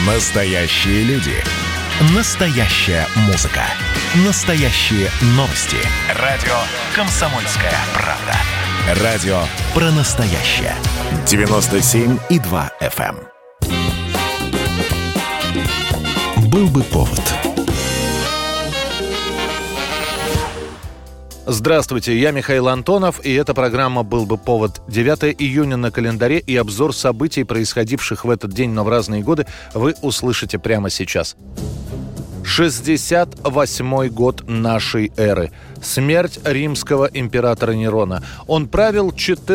Настоящие люди. Настоящая музыка. Настоящие новости. Радио «Комсомольская правда». Радио про настоящее. 97,2 FM. Был бы повод. Здравствуйте, я Михаил Антонов, и эта программа «Был бы повод». 9 июня на календаре, и обзор событий, происходивших в этот день, но в разные годы, вы услышите прямо сейчас. 68-й год нашей эры. Смерть римского императора Нерона. Он правил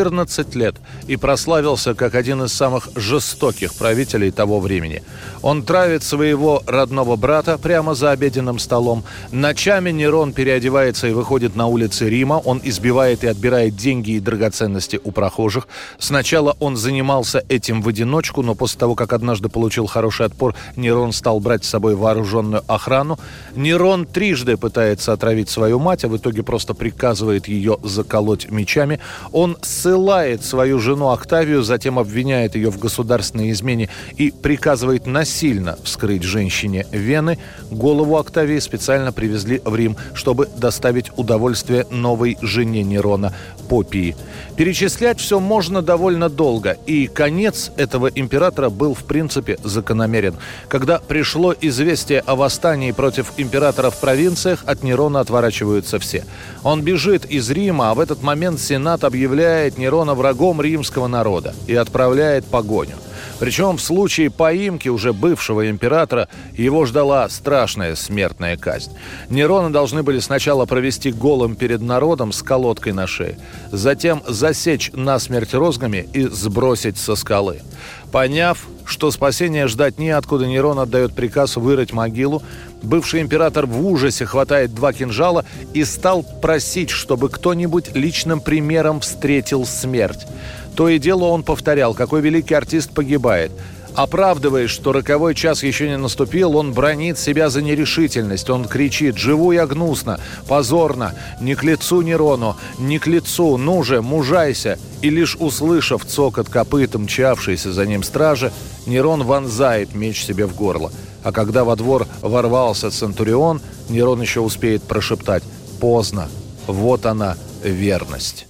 14 лет и прославился как один из самых жестоких правителей того времени. Он травит своего родного брата прямо за обеденным столом. Ночами Нерон переодевается и выходит на улицы Рима. Он избивает и отбирает деньги и драгоценности у прохожих. Сначала он занимался этим в одиночку, но после того, как однажды получил хороший отпор, Нерон стал брать с собой вооруженную охрану. Нерон трижды пытается отравить свою мать, а в итоге просто приказывает ее заколоть мечами. Он ссылает свою жену Октавию, затем обвиняет ее в государственной измене и приказывает насильно вскрыть женщине вены. Голову Октавии специально привезли в Рим, чтобы доставить удовольствие новой жене Нерона, Поппии. Перечислять все можно довольно долго, и конец этого императора был в принципе закономерен. Когда пришло известие о восстании против императора в провинциях, от Нерона отворачиваются все. Он бежит из Рима, а в этот момент Сенат объявляет Нерона врагом римского народа и отправляет погоню. Причем в случае поимки уже бывшего императора его ждала страшная смертная казнь. Нерона должны были сначала провести голым перед народом с колодкой на шее, затем засечь насмерть розгами и сбросить со скалы. Поняв, что спасения ждать неоткуда, Нерон отдает приказ вырыть могилу. Бывший император в ужасе хватает 2 кинжала и стал просить, чтобы кто-нибудь личным примером встретил смерть. То и дело он повторял, какой великий артист погибает. Оправдываясь, что роковой час еще не наступил, он бранит себя за нерешительность. Он кричит: «Живу я гнусно, позорно, не к лицу Нерону, не к лицу, ну же, мужайся!» И лишь услышав цокот копыт мчавшейся за ним стражи, Нерон вонзает меч себе в горло. А когда во двор ворвался Центурион, Нерон еще успеет прошептать: «Поздно, вот она, верность».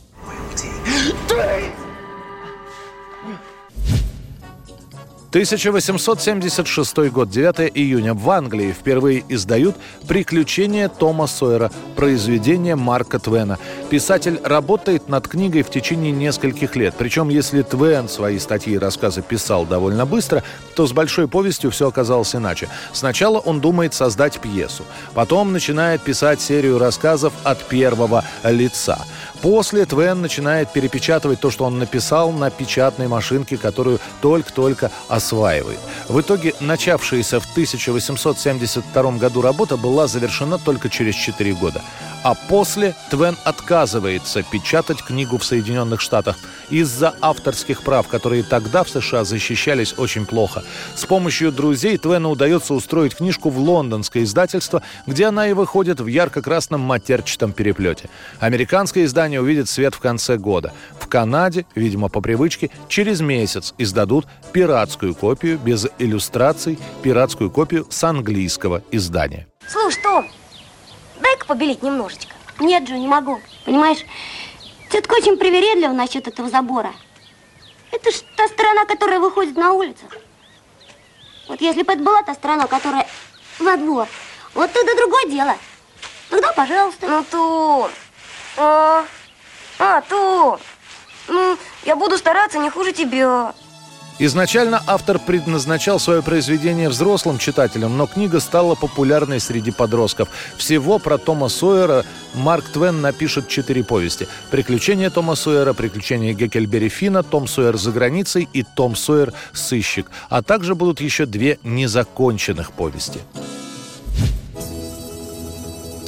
1876 год, 9 июня. В Англии впервые издают «Приключения Тома Сойера», произведение Марка Твена. Писатель работает над книгой в течение нескольких лет. Причем, если Твен свои статьи и рассказы писал довольно быстро, то с большой повестью все оказалось иначе. Сначала он думает создать пьесу. Потом начинает писать серию рассказов от первого лица. После Твен начинает перепечатывать то, что он написал, на печатной машинке, которую только-только осваивает. В итоге начавшаяся в 1872 году работа была завершена только через 4 года. А после Твен отказывается печатать книгу в Соединенных Штатах из-за авторских прав, которые тогда в США защищались очень плохо. С помощью друзей Твену удается устроить книжку в лондонское издательство, где она и выходит в ярко-красном матерчатом переплете. Американское издание увидит свет в конце года. В Канаде, видимо, по привычке, через месяц издадут пиратскую копию без иллюстраций, пиратскую копию с английского издания. Слушай, Том, дай-ка побелить немножечко. Нет, Джо, не могу. Понимаешь, тетка очень привередлива насчет этого забора. Это ж та сторона, которая выходит на улицу. Вот если бы это была та сторона, которая во двор, вот тогда другое дело. Тогда, пожалуйста. Ну, Том. Том. Ну, я буду стараться не хуже тебя. Изначально автор предназначал свое произведение взрослым читателям, но книга стала популярной среди подростков. Всего про Тома Сойера Марк Твен напишет 4 повести. «Приключения Тома Сойера», «Приключения Гекльберри Финна», «Том Сойер за границей» и «Том Сойер. Сыщик». А также будут еще 2 незаконченных повести.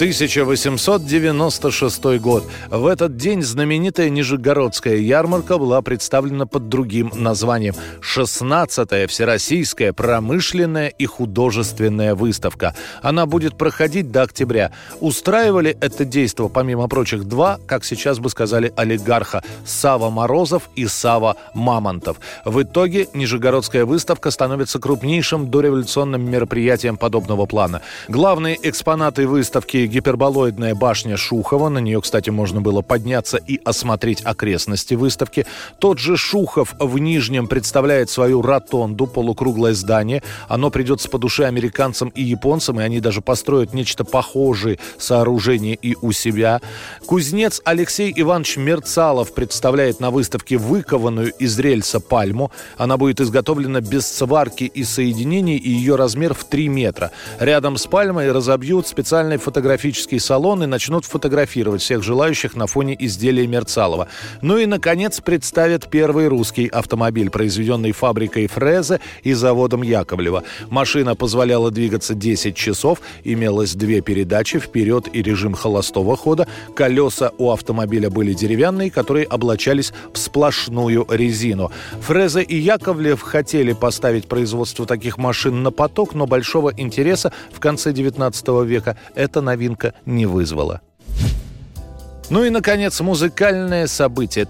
1896 год. В этот день знаменитая Нижегородская ярмарка была представлена под другим названием «16-я Всероссийская промышленная и художественная выставка». Она будет проходить до октября. Устраивали это действо, помимо прочих, два, как сейчас бы сказали, олигарха – Сава Морозов и Сава Мамонтов. В итоге Нижегородская выставка становится крупнейшим дореволюционным мероприятием подобного плана. Главные экспонаты выставки – гиперболоидная башня Шухова. На нее, кстати, можно было подняться и осмотреть окрестности выставки. Тот же Шухов в Нижнем представляет свою ротонду, полукруглое здание. Оно придется по душе американцам и японцам, и они даже построят нечто похожее сооружение и у себя. Кузнец Алексей Иванович Мерцалов представляет на выставке выкованную из рельса пальму. Она будет изготовлена без сварки и соединений, и ее размер в 3 метра. Рядом с пальмой разобьют специальный фотографический салон и начнут фотографировать всех желающих на фоне изделия Мерцалова. Ну и, наконец, представят первый русский автомобиль, произведенный фабрикой Фрезе и заводом Яковлева. Машина позволяла двигаться 10 часов, имелось 2 передачи, вперед и режим холостого хода. Колеса у автомобиля были деревянные, которые облачались в сплошную резину. Фрезе и Яковлев хотели поставить производство таких машин на поток, но большого интереса в конце 19 века эта новинка не вызвала. Ну и, наконец, музыкальное событие.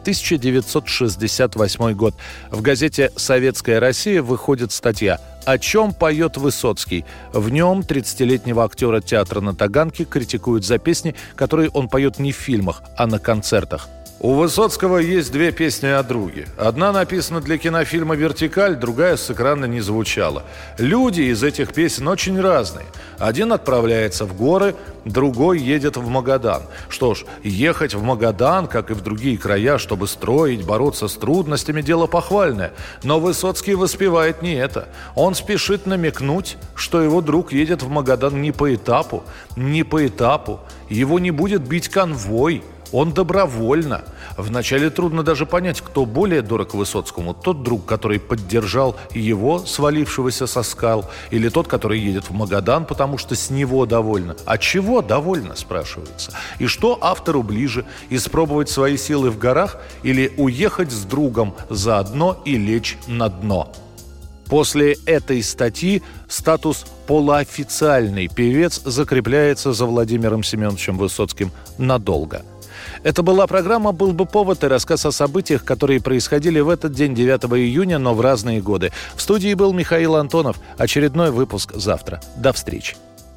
1968 год. В газете «Советская Россия» выходит статья «О чем поет Высоцкий?». В нем 30-летнего актера театра на Таганке критикуют за песни, которые он поет не в фильмах, а на концертах. У Высоцкого есть 2 песни о друге. Одна написана для кинофильма «Вертикаль», другая с экрана не звучала. Люди из этих песен очень разные. Один отправляется в горы, другой едет в Магадан. Что ж, ехать в Магадан, как и в другие края, чтобы строить, бороться с трудностями, дело похвальное. Но Высоцкий воспевает не это. Он спешит намекнуть, что его друг едет в Магадан не по этапу. Его не будет бить конвой. Он добровольно. Вначале трудно даже понять, кто более дорог Высоцкому. Тот друг, который поддержал его, свалившегося со скал, или тот, который едет в Магадан, потому что с него довольно. А чего довольно, спрашивается? И что автору ближе? Испробовать свои силы в горах или уехать с другом заодно и лечь на дно? После этой статьи статус полуофициальный певец закрепляется за Владимиром Семеновичем Высоцким надолго. Это была программа «Был бы повод» и рассказ о событиях, которые происходили в этот день, 9 июня, но в разные годы. В студии был Михаил Антонов. Очередной выпуск завтра. До встречи.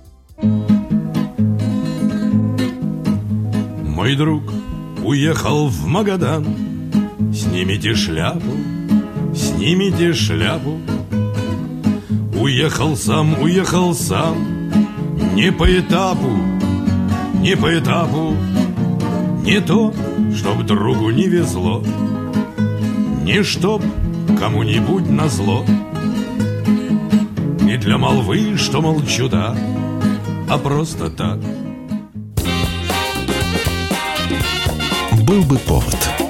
Мой друг уехал в Магадан. Снимите шляпу, снимите шляпу. Уехал сам, не по этапу, не по этапу. Не то, чтоб другу не везло, не чтоб кому-нибудь назло, не для молвы, что молчу, да, а просто так. Был бы повод.